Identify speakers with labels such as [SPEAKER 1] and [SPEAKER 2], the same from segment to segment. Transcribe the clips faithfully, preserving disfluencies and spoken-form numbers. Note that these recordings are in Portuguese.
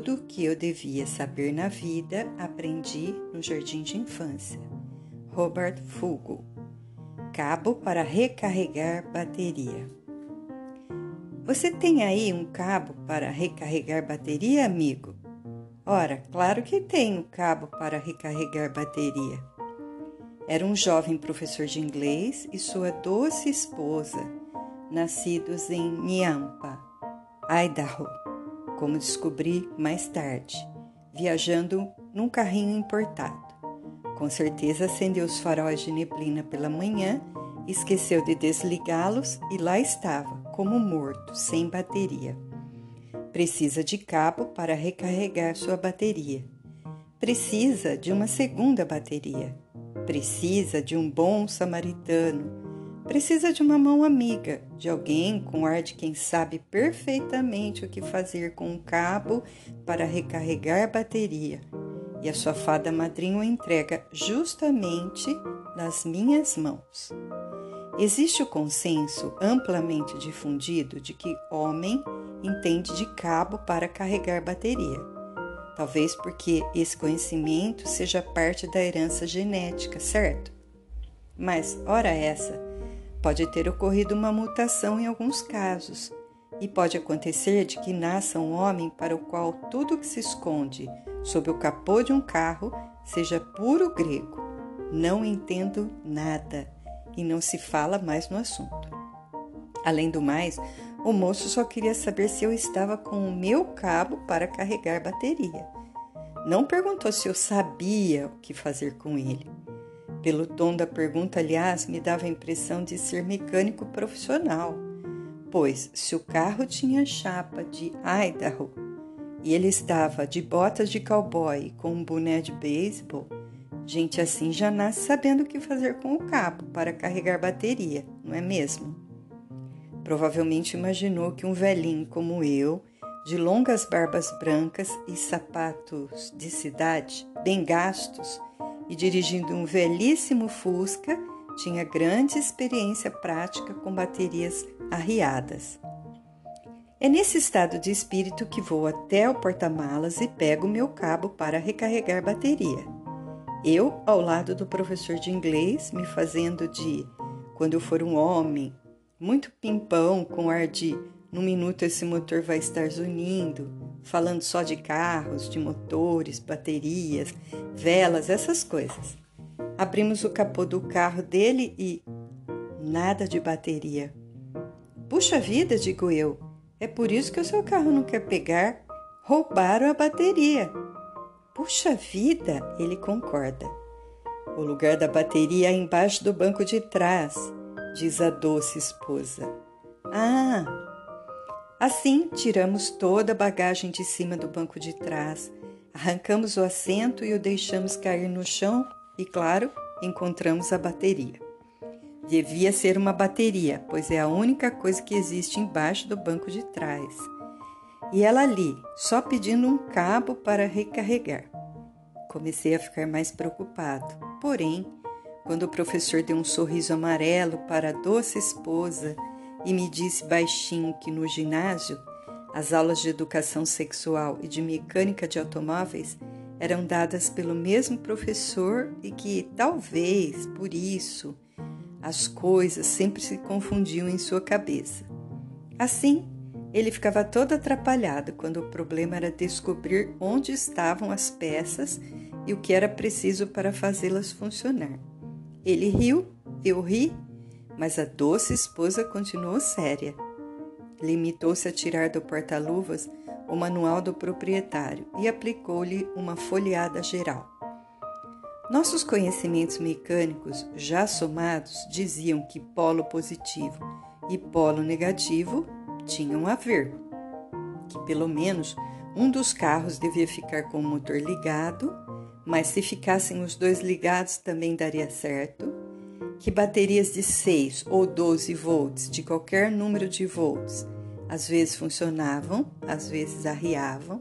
[SPEAKER 1] Tudo que eu devia saber na vida, aprendi no jardim de infância. Robert Fugo. Cabo para recarregar bateria. Você tem aí um cabo para recarregar bateria, amigo? Ora, claro que tenho cabo para recarregar bateria. Era um jovem professor de inglês e sua doce esposa, nascidos em Nampa, Idaho, como descobri mais tarde, viajando num carrinho importado. Com certeza acendeu os faróis de neblina pela manhã, esqueceu de desligá-los e lá estava, como morto, sem bateria. Precisa de cabo para recarregar sua bateria. Precisa de uma segunda bateria. Precisa de um bom samaritano. Precisa de uma mão amiga, de alguém com ar de quem sabe perfeitamente o que fazer com um cabo para recarregar bateria. E a sua fada madrinha o entrega justamente nas minhas mãos. Existe o consenso amplamente difundido de que homem entende de cabo para carregar bateria. Talvez porque esse conhecimento seja parte da herança genética, certo? Mas, ora essa, pode ter ocorrido uma mutação em alguns casos, e pode acontecer de que nasça um homem para o qual tudo que se esconde sob o capô de um carro seja puro grego. Não entendo nada e não se fala mais no assunto. Além do mais, o moço só queria saber se eu estava com o meu cabo para carregar bateria. Não perguntou se eu sabia o que fazer com ele. Pelo tom da pergunta, aliás, me dava a impressão de ser mecânico profissional, pois se o carro tinha chapa de Idaho e ele estava de botas de cowboy com um boné de beisebol, gente assim já nasce sabendo o que fazer com o cabo para carregar bateria, não é mesmo? Provavelmente imaginou que um velhinho como eu, de longas barbas brancas e sapatos de cidade bem gastos e dirigindo um velhíssimo Fusca, tinha grande experiência prática com baterias arriadas. É nesse estado de espírito que vou até o porta-malas e pego meu cabo para recarregar bateria. Eu, ao lado do professor de inglês, me fazendo de, quando eu for um homem, muito pimpão, com ar de, num minuto esse motor vai estar zunindo, falando só de carros, de motores, baterias, velas, essas coisas. Abrimos o capô do carro dele e nada de bateria. Puxa vida, digo eu, é por isso que o seu carro não quer pegar. Roubaram a bateria. Puxa vida, ele concorda. O lugar da bateria é embaixo do banco de trás, diz a doce esposa. Ah! Assim, tiramos toda a bagagem de cima do banco de trás, arrancamos o assento e o deixamos cair no chão e, claro, encontramos a bateria. Devia ser uma bateria, pois é a única coisa que existe embaixo do banco de trás. E ela ali, só pedindo um cabo para recarregar. Comecei a ficar mais preocupado. Porém, quando o professor deu um sorriso amarelo para a doce esposa e me disse baixinho que no ginásio as aulas de educação sexual e de mecânica de automóveis eram dadas pelo mesmo professor e que, talvez, por isso, as coisas sempre se confundiam em sua cabeça. Assim, ele ficava todo atrapalhado quando o problema era descobrir onde estavam as peças e o que era preciso para fazê-las funcionar. Ele riu, eu ri, mas a doce esposa continuou séria. Limitou-se a tirar do porta-luvas o manual do proprietário e aplicou-lhe uma folheada geral. Nossos conhecimentos mecânicos já somados diziam que polo positivo e polo negativo tinham a ver, que pelo menos um dos carros devia ficar com o motor ligado, mas se ficassem os dois ligados também daria certo, que baterias de seis ou doze volts de qualquer número de volts às vezes funcionavam, às vezes arriavam.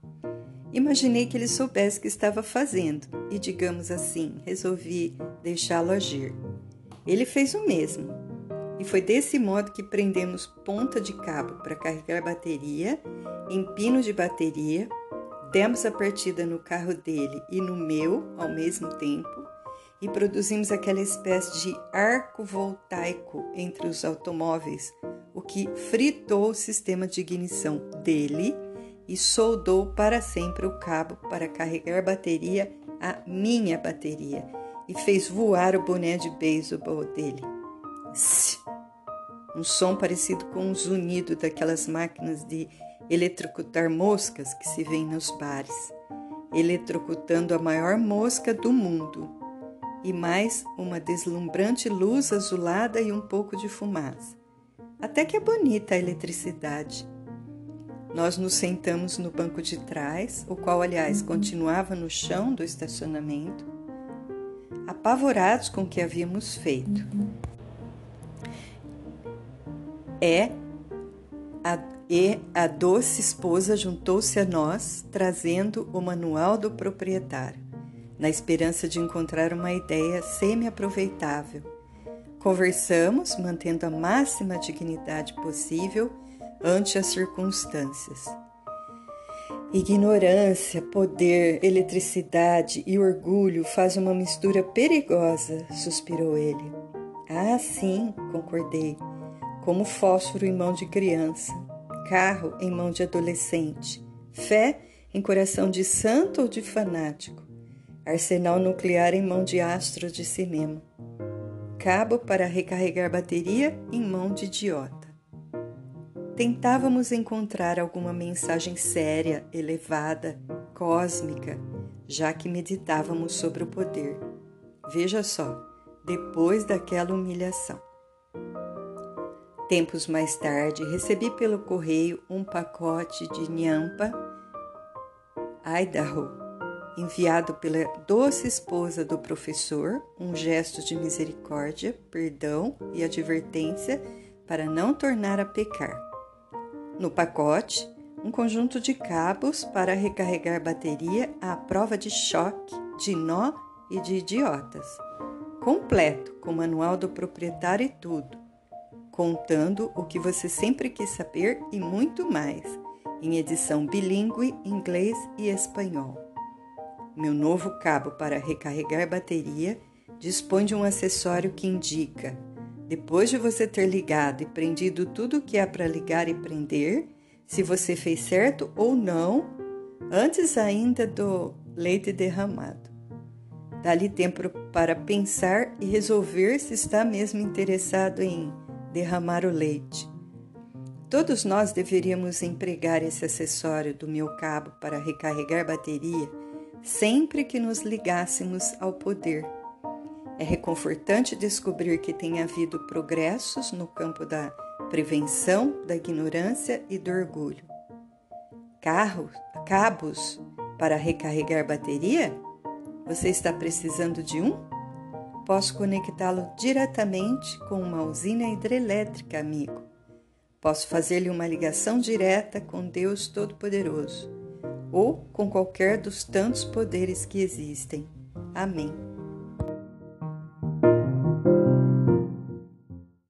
[SPEAKER 1] Imaginei que ele soubesse o que estava fazendo e, digamos assim, resolvi deixá-lo agir. Ele fez o mesmo e foi desse modo que prendemos ponta de cabo para carregar bateria em pino de bateria, demos a partida no carro dele e no meu ao mesmo tempo e produzimos aquela espécie de arco voltaico entre os automóveis, o que fritou o sistema de ignição dele e soldou para sempre o cabo para carregar bateria à minha bateria e fez voar o boné de beisebol dele. Sss! Um som parecido com um zunido daquelas máquinas de eletrocutar moscas que se vêem nos bares, eletrocutando a maior mosca do mundo, e mais uma deslumbrante luz azulada e um pouco de fumaça. Até que é bonita a eletricidade. Nós nos sentamos no banco de trás, o qual, aliás, continuava no chão do estacionamento, apavorados com o que havíamos feito. É a, e a doce esposa juntou-se a nós, trazendo o manual do proprietário, na esperança de encontrar uma ideia semi-aproveitável. Conversamos, mantendo a máxima dignidade possível ante as circunstâncias. Ignorância, poder, eletricidade e orgulho fazem uma mistura perigosa, suspirou ele. Ah, sim, concordei. Como fósforo em mão de criança, carro em mão de adolescente, fé em coração de santo ou de fanático, arsenal nuclear em mão de astro de cinema, cabo para recarregar bateria em mão de idiota. Tentávamos encontrar alguma mensagem séria, elevada, cósmica, já que meditávamos sobre o poder. Veja só, depois daquela humilhação. Tempos mais tarde, recebi pelo correio um pacote de Nampa, Idaho, enviado pela doce esposa do professor, um gesto de misericórdia, perdão e advertência para não tornar a pecar. No pacote, um conjunto de cabos para recarregar bateria à prova de choque, de nó e de idiotas. Completo, com manual do proprietário e tudo. Contando o que você sempre quis saber e muito mais, em edição bilíngue, inglês e espanhol. Meu novo cabo para recarregar bateria dispõe de um acessório que indica, depois de você ter ligado e prendido tudo o que há para ligar e prender, se você fez certo ou não, antes ainda do leite derramado. Dá-lhe tempo para pensar e resolver se está mesmo interessado em derramar o leite. Todos nós deveríamos empregar esse acessório do meu cabo para recarregar bateria sempre que nos ligássemos ao poder. É reconfortante descobrir que tem havido progressos no campo da prevenção, da ignorância e do orgulho. Carros, cabos para recarregar bateria? Você está precisando de um? Posso conectá-lo diretamente com uma usina hidrelétrica, amigo. Posso fazer-lhe uma ligação direta com Deus Todo-Poderoso ou com qualquer dos tantos poderes que existem. Amém.